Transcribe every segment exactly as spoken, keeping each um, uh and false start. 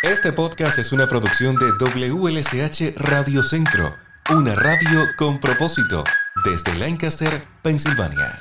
Este podcast es una producción de W L S H Radio Centro, una radio con propósito, desde Lancaster, Pensilvania.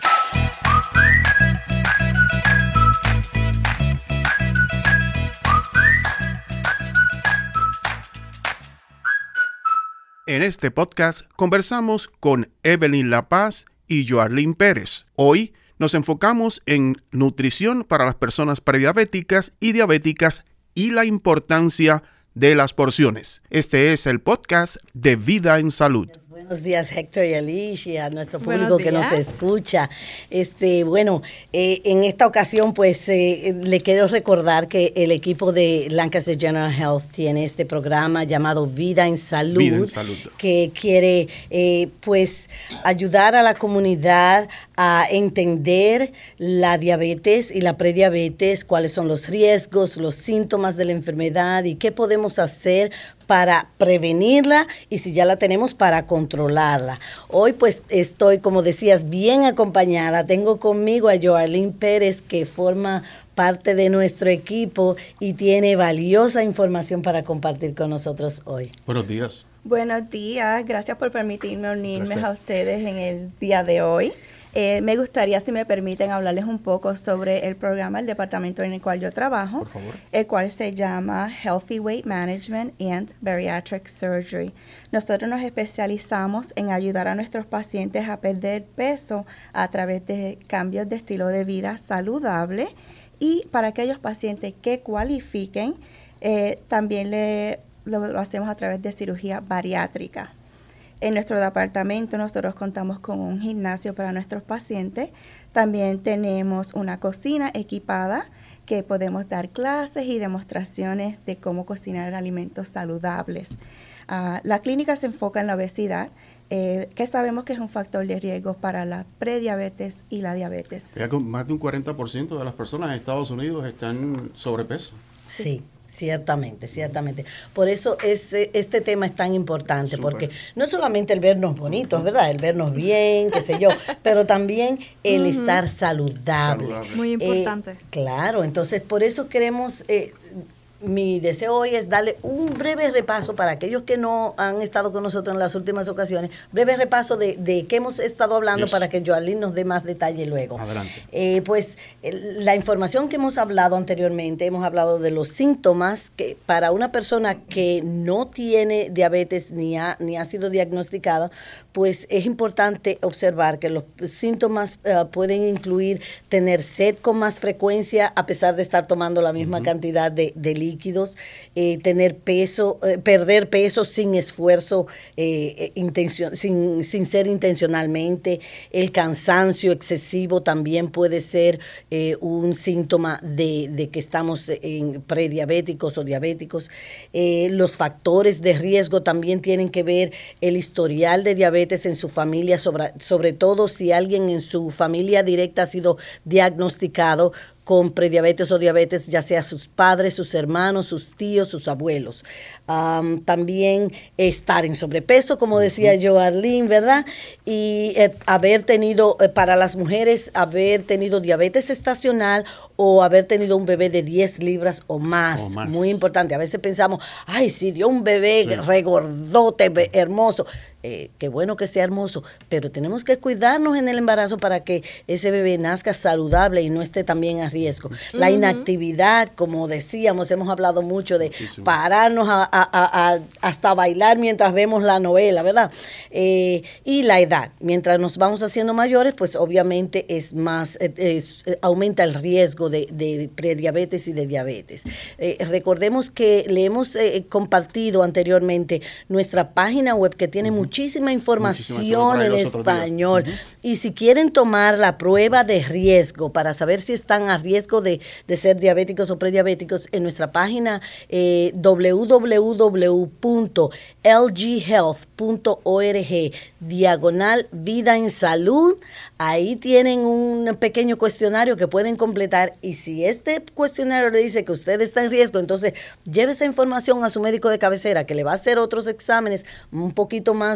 En este podcast conversamos con Evelyn La Paz y Joarlyn Pérez. Hoy nos enfocamos en nutrición para las personas prediabéticas y diabéticas y la importancia de las porciones. Este es el podcast de Vida en Salud. Buenos días, Héctor y Alicia, a nuestro público que nos escucha. Este, bueno, eh, en esta ocasión, pues, eh, le quiero recordar que el equipo de Lancaster General Health tiene este programa llamado Vida en Salud, Vida en Salud. que quiere, eh, pues, ayudar a la comunidad a entender la diabetes y la prediabetes, cuáles son los riesgos, los síntomas de la enfermedad y qué podemos hacer para prevenirla y si ya la tenemos para controlarla. Hoy pues estoy, como decías, bien acompañada. Tengo conmigo a Joarlyn Pérez, que forma parte de nuestro equipo y tiene valiosa información para compartir con nosotros hoy. Buenos días. Buenos días, gracias por permitirme unirme Gracias. a ustedes en el día de hoy. Eh, me gustaría, si me permiten, hablarles un poco sobre el programa, el departamento en el cual yo trabajo, Por favor. el cual se llama Healthy Weight Management and Bariatric Surgery. Nosotros nos especializamos en ayudar a nuestros pacientes a perder peso a través de cambios de estilo de vida saludable, y para aquellos pacientes que cualifiquen, eh, también le, lo, lo hacemos a través de cirugía bariátrica. En nuestro departamento nosotros contamos con un gimnasio para nuestros pacientes. También tenemos una cocina equipada que podemos dar clases y demostraciones de cómo cocinar alimentos saludables. Uh, la clínica se enfoca en la obesidad, eh, que sabemos que es un factor de riesgo para la prediabetes y la diabetes. Ya que más de un cuarenta por ciento de las personas en Estados Unidos están sobrepeso. Sí. Ciertamente, ciertamente. Por eso este, este tema es tan importante, Súper. porque no solamente el vernos bonitos, ¿verdad? El vernos bien, qué sé yo, pero también el uh-huh. estar saludable. saludable. Muy importante. Eh, claro, entonces por eso queremos... Eh, mi deseo hoy es darle un breve repaso para aquellos que no han estado con nosotros en las últimas ocasiones, breve repaso de, de qué hemos estado hablando, yes. para que Joarlyn nos dé más detalle luego. Adelante. Eh, pues la información que hemos hablado anteriormente, hemos hablado de los síntomas que para una persona que no tiene diabetes ni ha, ni ha sido diagnosticada, pues es importante observar que los síntomas uh, pueden incluir tener sed con más frecuencia a pesar de estar tomando la misma uh-huh. cantidad de, de líquidos. líquidos, eh, tener peso, eh, perder peso sin esfuerzo, eh, intención, sin, sin ser intencionalmente, el cansancio excesivo también puede ser eh, un síntoma de, de que estamos en prediabéticos o diabéticos. Eh, los factores de riesgo también tienen que ver el historial de diabetes en su familia, sobre, sobre todo si alguien en su familia directa ha sido diagnosticado con prediabetes o diabetes, ya sea sus padres, sus hermanos, sus tíos, sus abuelos. Um, también estar en sobrepeso, como decía uh-huh. Joarlyn, ¿verdad? Y eh, haber tenido, eh, para las mujeres, haber tenido diabetes estacional o haber tenido un bebé de diez libras o más. O más. Muy importante. A veces pensamos, ay, si dio un bebé sí. regordote, be- hermoso. Eh, qué bueno que sea hermoso, pero tenemos que cuidarnos en el embarazo para que ese bebé nazca saludable y no esté también a riesgo. Uh-huh. La inactividad, como decíamos, hemos hablado mucho de Muchísimo. pararnos a, a, a, a, hasta bailar mientras vemos la novela, ¿verdad? Eh, y la edad, mientras nos vamos haciendo mayores, pues obviamente es más, eh, es, eh, aumenta el riesgo de, de prediabetes y de diabetes. Eh, recordemos que le hemos eh, compartido anteriormente nuestra página web que tiene uh-huh. muchísima información Muchísima en español. Uh-huh. Y si quieren tomar la prueba de riesgo para saber si están a riesgo de, de ser diabéticos o prediabéticos, en nuestra página eh, w w w punto l g health punto org diagonal vida en salud, ahí tienen un pequeño cuestionario que pueden completar, y si este cuestionario le dice que usted está en riesgo, entonces lleve esa información a su médico de cabecera, que le va a hacer otros exámenes un poquito más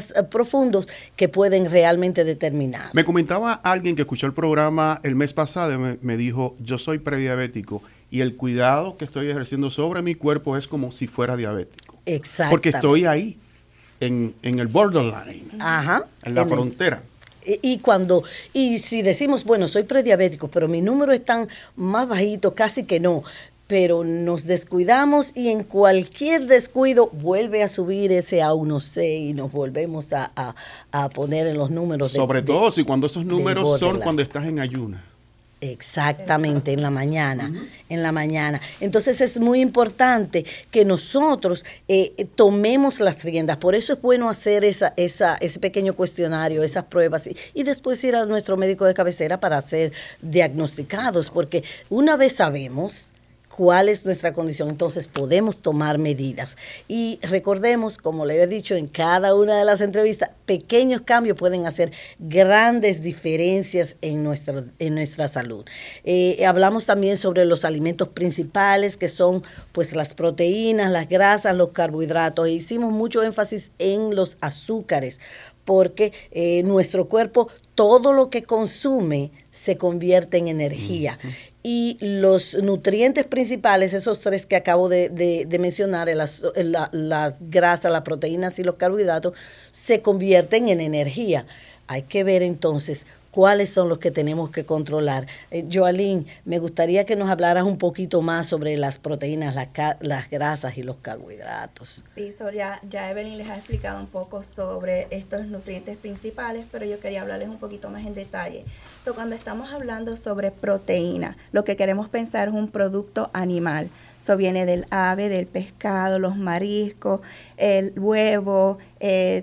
más uh, profundos que pueden realmente determinar. Me comentaba alguien que escuchó el programa el mes pasado y me, me dijo, yo soy prediabético y el cuidado que estoy ejerciendo sobre mi cuerpo es como si fuera diabético. Exacto. Porque estoy ahí, en, en el borderline, Ajá, en la en frontera. El, y cuando, y si decimos, bueno, soy prediabético, pero mis números están más bajitos, casi que no, pero nos descuidamos y en cualquier descuido vuelve a subir ese A uno C y nos volvemos a, a, a poner en los números. Sobre de, todo de, si cuando esos números son cuando estás en ayuna. Exactamente, en la mañana, uh-huh. en la mañana. Entonces es muy importante que nosotros eh, tomemos las riendas. Por eso es bueno hacer esa, esa, ese pequeño cuestionario, esas pruebas y, y después ir a nuestro médico de cabecera para ser diagnosticados, porque una vez sabemos cuál es nuestra condición, entonces podemos tomar medidas. Y recordemos, como le he dicho en cada una de las entrevistas, pequeños cambios pueden hacer grandes diferencias en nuestra, en nuestra salud. Eh, hablamos también sobre los alimentos principales, que son pues las proteínas, las grasas, los carbohidratos. E hicimos mucho énfasis en los azúcares, porque eh, nuestro cuerpo, todo lo que consume se convierte en energía. Uh-huh. Y los nutrientes principales, esos tres que acabo de, de, de mencionar, el, la, la grasa, las proteínas y los carbohidratos, se convierten en energía. Hay que ver entonces cuáles son los que tenemos que controlar. Eh, Joalín, me gustaría que nos hablaras un poquito más sobre las proteínas, las, las grasas y los carbohidratos. Sí, so ya, ya Evelyn les ha explicado un poco sobre estos nutrientes principales, pero yo quería hablarles un poquito más en detalle. So, cuando estamos hablando sobre proteína, lo que queremos pensar es un producto animal. Eso viene del ave, del pescado, los mariscos, el huevo, eh,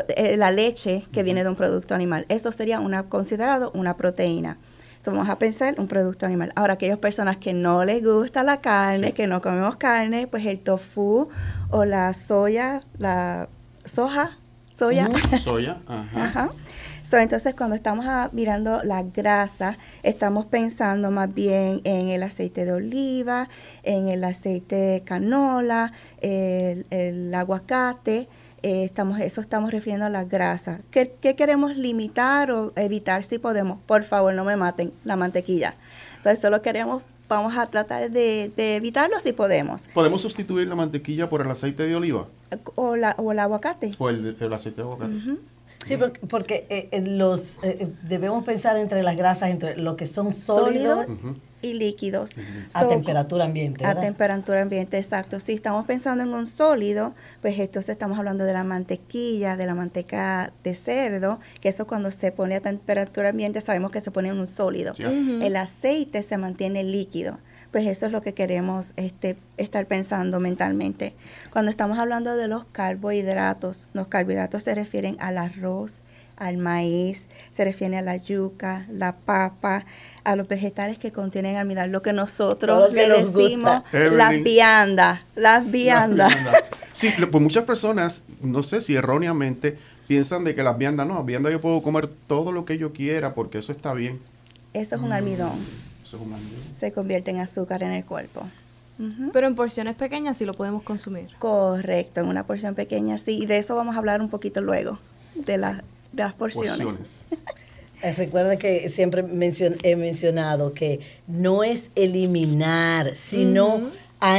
la leche que viene de un producto animal. Eso sería una, considerado una proteína. So, vamos a pensar un producto animal. Ahora, aquellas personas que no les gusta la carne, sí. que no comemos carne, pues el tofu o la soya, la soja, soya. Uh-huh. Soya, ajá. ajá. So, entonces, cuando estamos a, mirando la grasa, estamos pensando más bien en el aceite de oliva, en el aceite de canola, el, el aguacate. Eh, estamos, eso estamos refiriendo a la grasa. ¿Qué, ¿Qué queremos limitar o evitar si podemos? Por favor, no me maten la mantequilla. Entonces, solo queremos, vamos a tratar de, de evitarlo si podemos. ¿Podemos sustituir la mantequilla por el aceite de oliva? O, la, o el aguacate. O el, el aceite de aguacate. Uh-huh. Sí, porque, porque eh, los eh, debemos pensar entre las grasas, entre lo que son sólidos, sólidos uh-huh. y líquidos. Uh-huh. A so, temperatura ambiente, ¿verdad? A temperatura ambiente, exacto. Si estamos pensando en un sólido, pues entonces estamos hablando de la mantequilla, de la manteca de cerdo, que eso cuando se pone a temperatura ambiente sabemos que se pone en un sólido. Sí. Uh-huh. El aceite se mantiene líquido. Pues eso es lo que queremos este, estar pensando mentalmente. Cuando estamos hablando de los carbohidratos, los carbohidratos se refieren al arroz, al maíz, se refiere a la yuca, la papa, a los vegetales que contienen almidón, lo que nosotros lo que le decimos las viandas, las viandas. Sí, pues muchas personas, no sé si erróneamente, piensan de que las viandas, no, las viandas yo puedo comer todo lo que yo quiera porque eso está bien. Eso es un almidón. Eso es un almidón. Se convierte en azúcar en el cuerpo. Uh-huh. Pero en porciones pequeñas sí lo podemos consumir. Correcto, en una porción pequeña sí. Y de eso vamos a hablar un poquito luego, de, la, de las porciones. porciones. Eh, recuerda que siempre mencion, he mencionado que no es eliminar, sino uh-huh.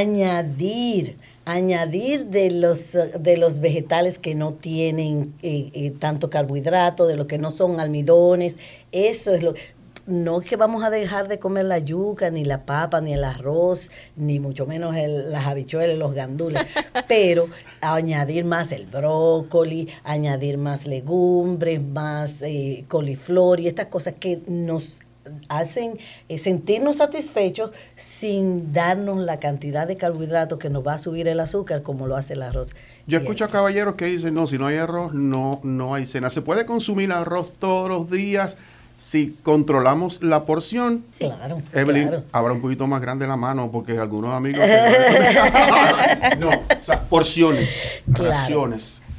añadir. Añadir de los de los vegetales que no tienen eh, eh, tanto carbohidrato, de los que no son almidones. Eso es lo no es que vamos a dejar de comer la yuca, ni la papa, ni el arroz, ni mucho menos el, las habichuelas, los gandules, pero añadir más el brócoli, añadir más legumbres, más eh, coliflor y estas cosas que nos hacen eh, sentirnos satisfechos sin darnos la cantidad de carbohidratos que nos va a subir el azúcar como lo hace el arroz. Yo escucho a caballeros que dicen, no, si no hay arroz, no, no hay cena. ¿Se puede consumir arroz todos los días si controlamos la porción? Sí, claro. Evelyn, claro. Habrá un poquito más grande la mano porque algunos amigos... no, o sea, porciones, claro. raciones.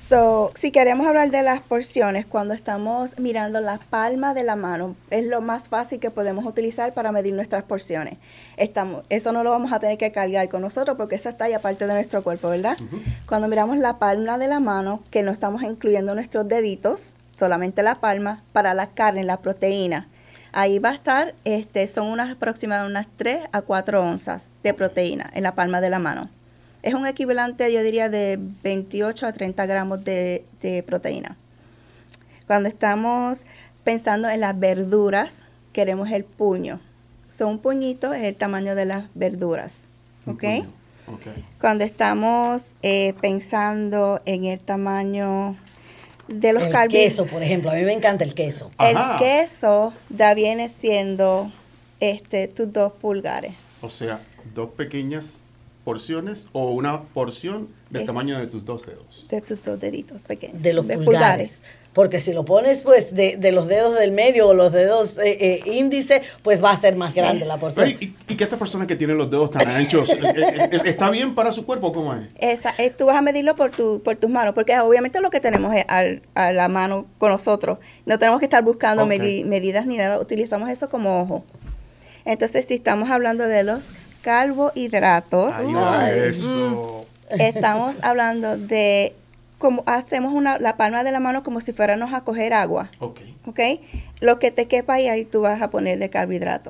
So, si queremos hablar de las porciones, cuando estamos mirando la palma de la mano, es lo más fácil que podemos utilizar para medir nuestras porciones. Estamos, eso no lo vamos a tener que cargar con nosotros porque eso está ya parte de nuestro cuerpo, ¿verdad? Uh-huh. Cuando miramos la palma de la mano, que no estamos incluyendo nuestros deditos, solamente la palma, para la carne, la proteína. Ahí va a estar, este, son unas aproximadamente unas tres a cuatro onzas de proteína en la palma de la mano. Es un equivalente, yo diría, de veintiocho a treinta gramos de, de proteína. Cuando estamos pensando en las verduras, queremos el puño. So, un puñito es el tamaño de las verduras. ¿Ok? Okay. Cuando estamos eh, pensando en el tamaño de los carbohidratos. El queso, por ejemplo. A mí me encanta el queso. El Ajá. queso ya viene siendo este, tus dos pulgares. O sea, dos pequeñas porciones o una porción del de, tamaño de tus dos dedos. De tus dos deditos pequeños. De los de pulgares. pulgares. Porque si lo pones pues de, de los dedos del medio o los dedos eh, eh, índice, pues va a ser más grande la porción. Pero, ¿y, y que esta persona que tiene los dedos tan anchos, está bien para su cuerpo? ¿Cómo es? Esa, eh, tú vas a medirlo por, tu, por tus manos, porque obviamente lo que tenemos es al, a la mano con nosotros. No tenemos que estar buscando okay. medi, medidas ni nada, utilizamos eso como ojo. Entonces, si estamos hablando de los carbohidratos, Ay, ay, eso. Estamos hablando de como hacemos una, la palma de la mano como si fuéramos a coger agua. Okay. ¿Ok? Lo que te quepa y ahí tú vas a ponerle carbohidrato.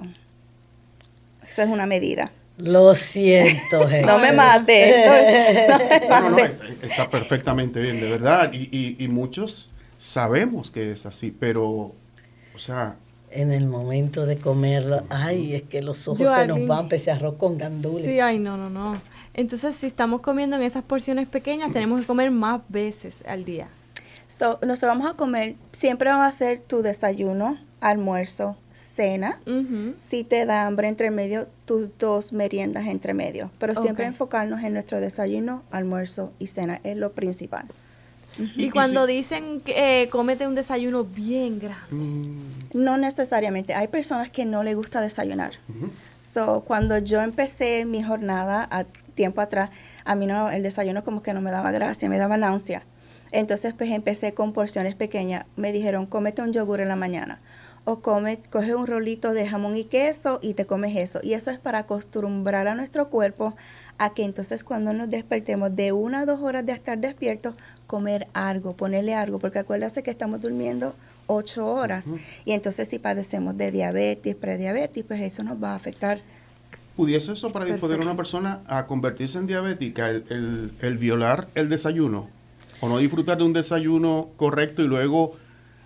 Esa es una medida. Lo siento, gente. No me mates. No, no me no, no, no, mates. Está perfectamente bien, de verdad. Y, y, y muchos sabemos que es así, pero, o sea... En el momento de comerlo, ay, es que los ojos Yo, se nos van, pese a arroz con gandules. Sí, ay, no, no, no. Entonces, si estamos comiendo en esas porciones pequeñas, tenemos que comer más veces al día. So, nosotros vamos a comer, siempre vamos a hacer tu desayuno, almuerzo, cena. Uh-huh. Si te da hambre entre medio, tus dos meriendas entre medio. Pero okay. siempre enfocarnos en nuestro desayuno, almuerzo y cena, es lo principal. Uh-huh. Y cuando dicen que eh, cómete un desayuno bien grande. No necesariamente. Hay personas que no les gusta desayunar. Uh-huh. So, cuando yo empecé mi jornada a tiempo atrás, a mí no, el desayuno como que no me daba gracia, me daba náusea. Entonces, pues empecé con porciones pequeñas. Me dijeron, cómete un yogur en la mañana. O come, coge un rolito de jamón y queso y te comes eso. Y eso es para acostumbrar a nuestro cuerpo a que entonces cuando nos despertemos de una a dos horas de estar despiertos, comer algo, ponerle algo. Porque acuérdate que estamos durmiendo ocho horas. Uh-huh. Y entonces si padecemos de diabetes, prediabetes, pues eso nos va a afectar. ¿Pudiese eso para disponer a una persona a convertirse en diabética, el, el, el violar el desayuno? ¿O no disfrutar de un desayuno correcto y luego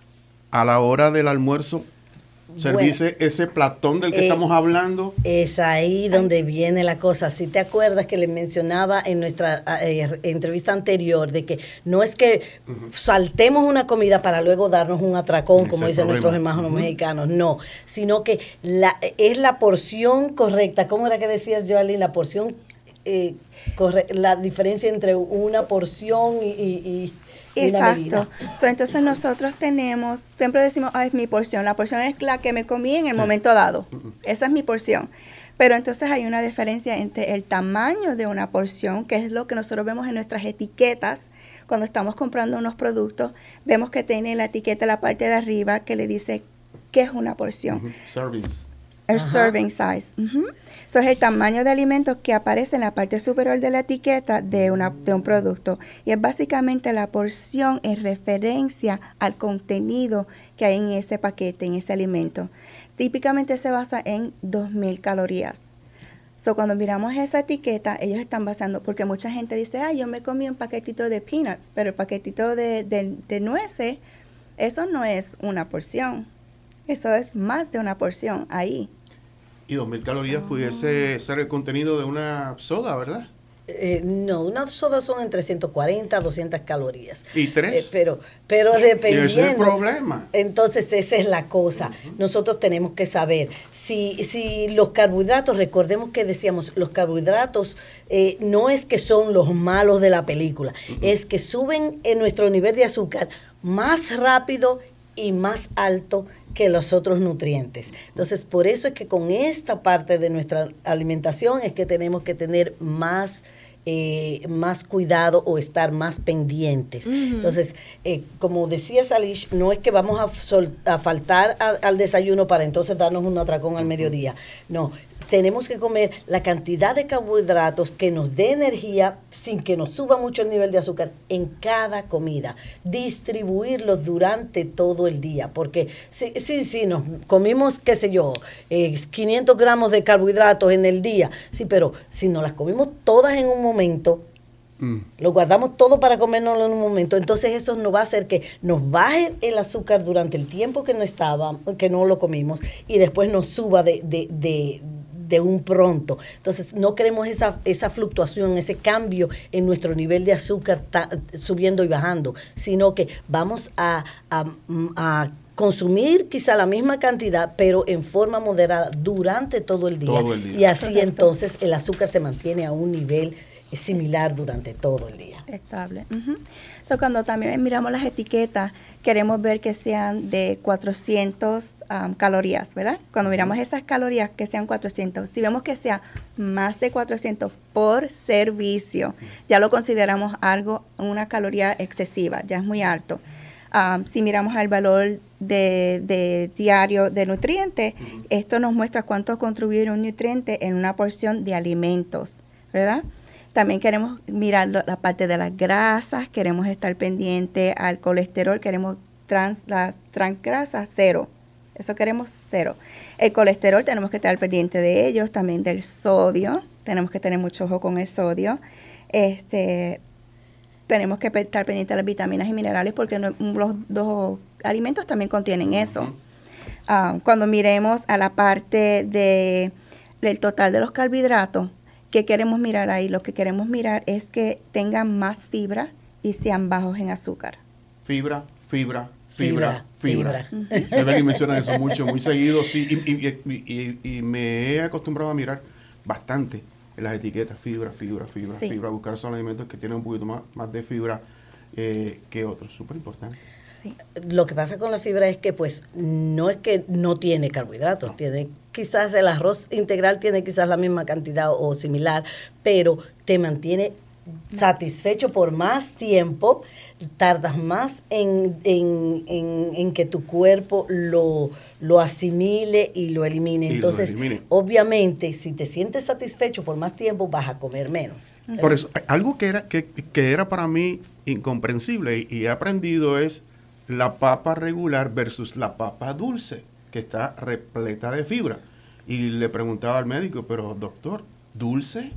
a la hora del almuerzo servirse bueno, ese platón del que eh, estamos hablando? Es ahí donde viene la cosa. Si te acuerdas que le mencionaba en nuestra eh, entrevista anterior de que no es que uh-huh. saltemos una comida para luego darnos un atracón, ese como dicen problema. Nuestros hermanos uh-huh. mexicanos, no, sino que la, es la porción correcta. ¿Cómo era que decías, Joalyn? La porción, eh, corre, la diferencia entre una porción y... y, y Exacto. So, entonces nosotros tenemos, siempre decimos, ah, es mi porción. La porción es la que me comí en el momento dado. Esa es mi porción. Pero entonces hay una diferencia entre el tamaño de una porción, que es lo que nosotros vemos en nuestras etiquetas. Cuando estamos comprando unos productos, vemos que tiene la etiqueta en la parte de arriba que le dice qué es una porción. Uh-huh. Servings. El Ajá. serving size. Uh-huh. Eso es el tamaño de alimentos que aparece en la parte superior de la etiqueta de, una, de un producto. Y es básicamente la porción en referencia al contenido que hay en ese paquete, en ese alimento. Típicamente se basa en dos mil calorías. So, cuando miramos esa etiqueta, ellos están basando, porque mucha gente dice, ah, yo me comí un paquetito de peanuts, pero el paquetito de, de, de nueces, eso no es una porción. Eso es más de una porción ahí. Y dos mil calorías pudiese ser el contenido de una soda, ¿verdad? Eh, no, una soda son entre ciento cuarenta a doscientas calorías. ¿Y tres? Eh, pero, pero dependiendo. Y ese es el problema. Entonces, esa es la cosa. Uh-huh. Nosotros tenemos que saber si, si los carbohidratos, recordemos que decíamos, los carbohidratos eh, no es que son los malos de la película, uh-huh. es que suben en nuestro nivel de azúcar más rápido y más alto que los otros nutrientes. Entonces, por eso es que con esta parte de nuestra alimentación es que tenemos que tener más eh, más cuidado o estar más pendientes. Uh-huh. Entonces, eh, como decía Salish, no es que vamos a, sol, a faltar a, al desayuno para entonces darnos un atracón al mediodía. No, tenemos que comer la cantidad de carbohidratos que nos dé energía sin que nos suba mucho el nivel de azúcar en cada comida. Distribuirlos durante todo el día, porque sí, sí, sí, nos comimos, qué sé yo, eh, quinientos gramos de carbohidratos en el día, sí, pero si nos las comimos todas en un momento, Mm. lo guardamos todo para comérnoslo en un momento, entonces eso nos va a hacer que nos baje el azúcar durante el tiempo que no estaba, que no lo comimos, y después nos suba de, de, de, de un pronto. Entonces no queremos esa, esa fluctuación, ese cambio en nuestro nivel de azúcar ta, subiendo y bajando, sino que vamos a, a, a consumir quizá la misma cantidad, pero en forma moderada durante todo el día. Todo el día. Y así Correcto. Entonces el azúcar se mantiene a un nivel es similar durante todo el día. Estable. Uh-huh. So, cuando también miramos las etiquetas, queremos ver que sean de cuatrocientas um, calorías, ¿verdad? Cuando miramos esas calorías, que sean cuatrocientas. Si vemos que sea más de cuatrocientas por servicio, ya lo consideramos algo, una caloría excesiva, ya es muy alto. Um, si miramos al valor de, de diario de nutrientes, uh-huh. esto nos muestra cuánto contribuye un nutriente en una porción de alimentos, ¿verdad? También queremos mirar la parte de las grasas, queremos estar pendiente al colesterol, queremos trans, las transgrasas cero, eso queremos cero. El colesterol tenemos que estar pendiente de ellos, también del sodio, tenemos que tener mucho ojo con el sodio. Este, tenemos que estar pendiente de las vitaminas y minerales porque no, los dos alimentos también contienen eso. Uh, cuando miremos a la parte de, del total de los carbohidratos, ¿qué queremos mirar ahí? Lo que queremos mirar es que tengan más fibra y sean bajos en azúcar. Fibra, fibra, fibra, fibra. fibra. Uh-huh. Evelyn menciona eso mucho, muy seguido, sí, y, y, y, y, y me he acostumbrado a mirar bastante en las etiquetas, fibra, fibra, fibra, sí. fibra, buscar son alimentos que tienen un poquito más, más de fibra eh, que otros, súper importante. Sí. Lo que pasa con la fibra es que pues no es que no tiene carbohidratos, no. tiene quizás el arroz integral tiene quizás la misma cantidad o similar, pero te mantiene satisfecho por más tiempo, tardas más en, en, en, en que tu cuerpo lo, lo asimile y lo elimine. Y Entonces, lo elimine. Obviamente, si te sientes satisfecho por más tiempo, vas a comer menos. Por eso, algo que era, que, que era para mí incomprensible y, y he aprendido es la papa regular versus la papa dulce, que está repleta de fibra. Y le preguntaba al médico, pero doctor, ¿dulce?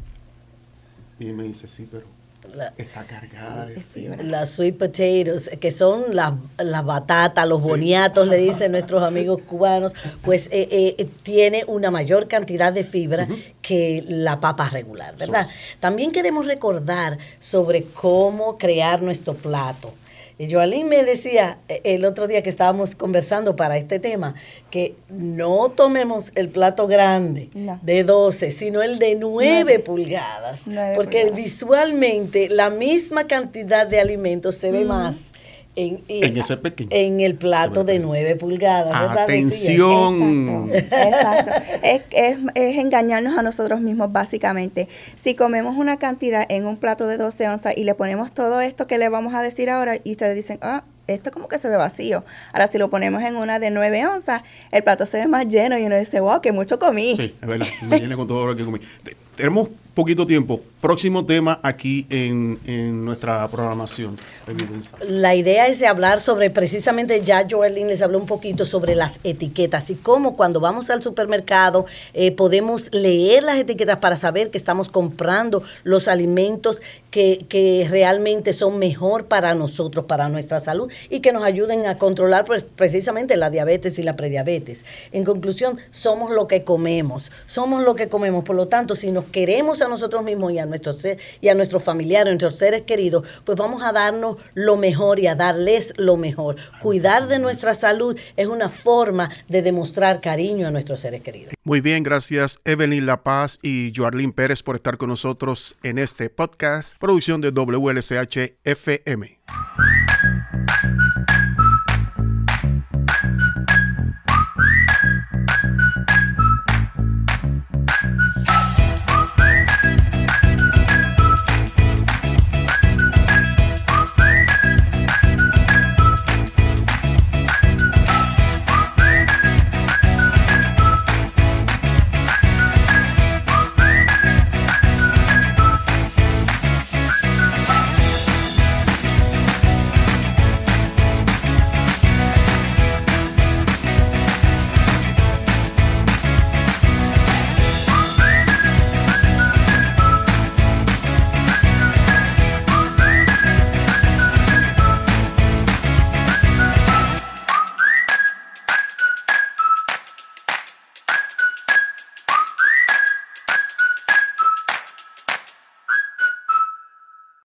Y me dice, sí, pero la, está cargada de fibra. Las sweet potatoes, que son las, las batatas, los sí. boniatos, le dicen nuestros amigos cubanos, pues eh, eh, tiene una mayor cantidad de fibra uh-huh. que la papa regular, ¿verdad? So, También queremos recordar sobre cómo crear nuestro plato. Y Joalín me decía el otro día que estábamos conversando para este tema, que no tomemos el plato grande no. de doce, sino el de nueve pulgadas, nueve porque pulgadas. Visualmente la misma cantidad de alimentos se ve mm. más en, en, ese pequeño. en el plato de nueve pulgadas, ¿verdad? Atención. Exacto, exacto. Es, es, es engañarnos a nosotros mismos básicamente. Si comemos una cantidad en un plato de doce onzas y le ponemos todo esto que le vamos a decir ahora y ustedes dicen, ah, esto como que se ve vacío. Ahora si lo ponemos en una de nueve onzas, el plato se ve más lleno y uno dice, wow, que mucho comí. Sí, es verdad, me llené con todo lo que comí. Tenemos poquito tiempo. Próximo tema aquí en, en nuestra programación. La idea es de hablar sobre, precisamente ya Joelyn les habló un poquito sobre las etiquetas y cómo cuando vamos al supermercado eh, podemos leer las etiquetas para saber que estamos comprando los alimentos que, que realmente son mejor para nosotros, para nuestra salud y que nos ayuden a controlar pues, precisamente la diabetes y la prediabetes. En conclusión, somos lo que comemos, somos lo que comemos. Por lo tanto, si nos queremos a nosotros mismos y a nuestros y a nuestros familiares, a nuestros seres queridos, pues vamos a darnos lo mejor y a darles lo mejor. Cuidar de nuestra salud es una forma de demostrar cariño a nuestros seres queridos. Muy bien, gracias Evelyn La Paz y Joarlyn Pérez por estar con nosotros en este podcast, producción de W L S H F M.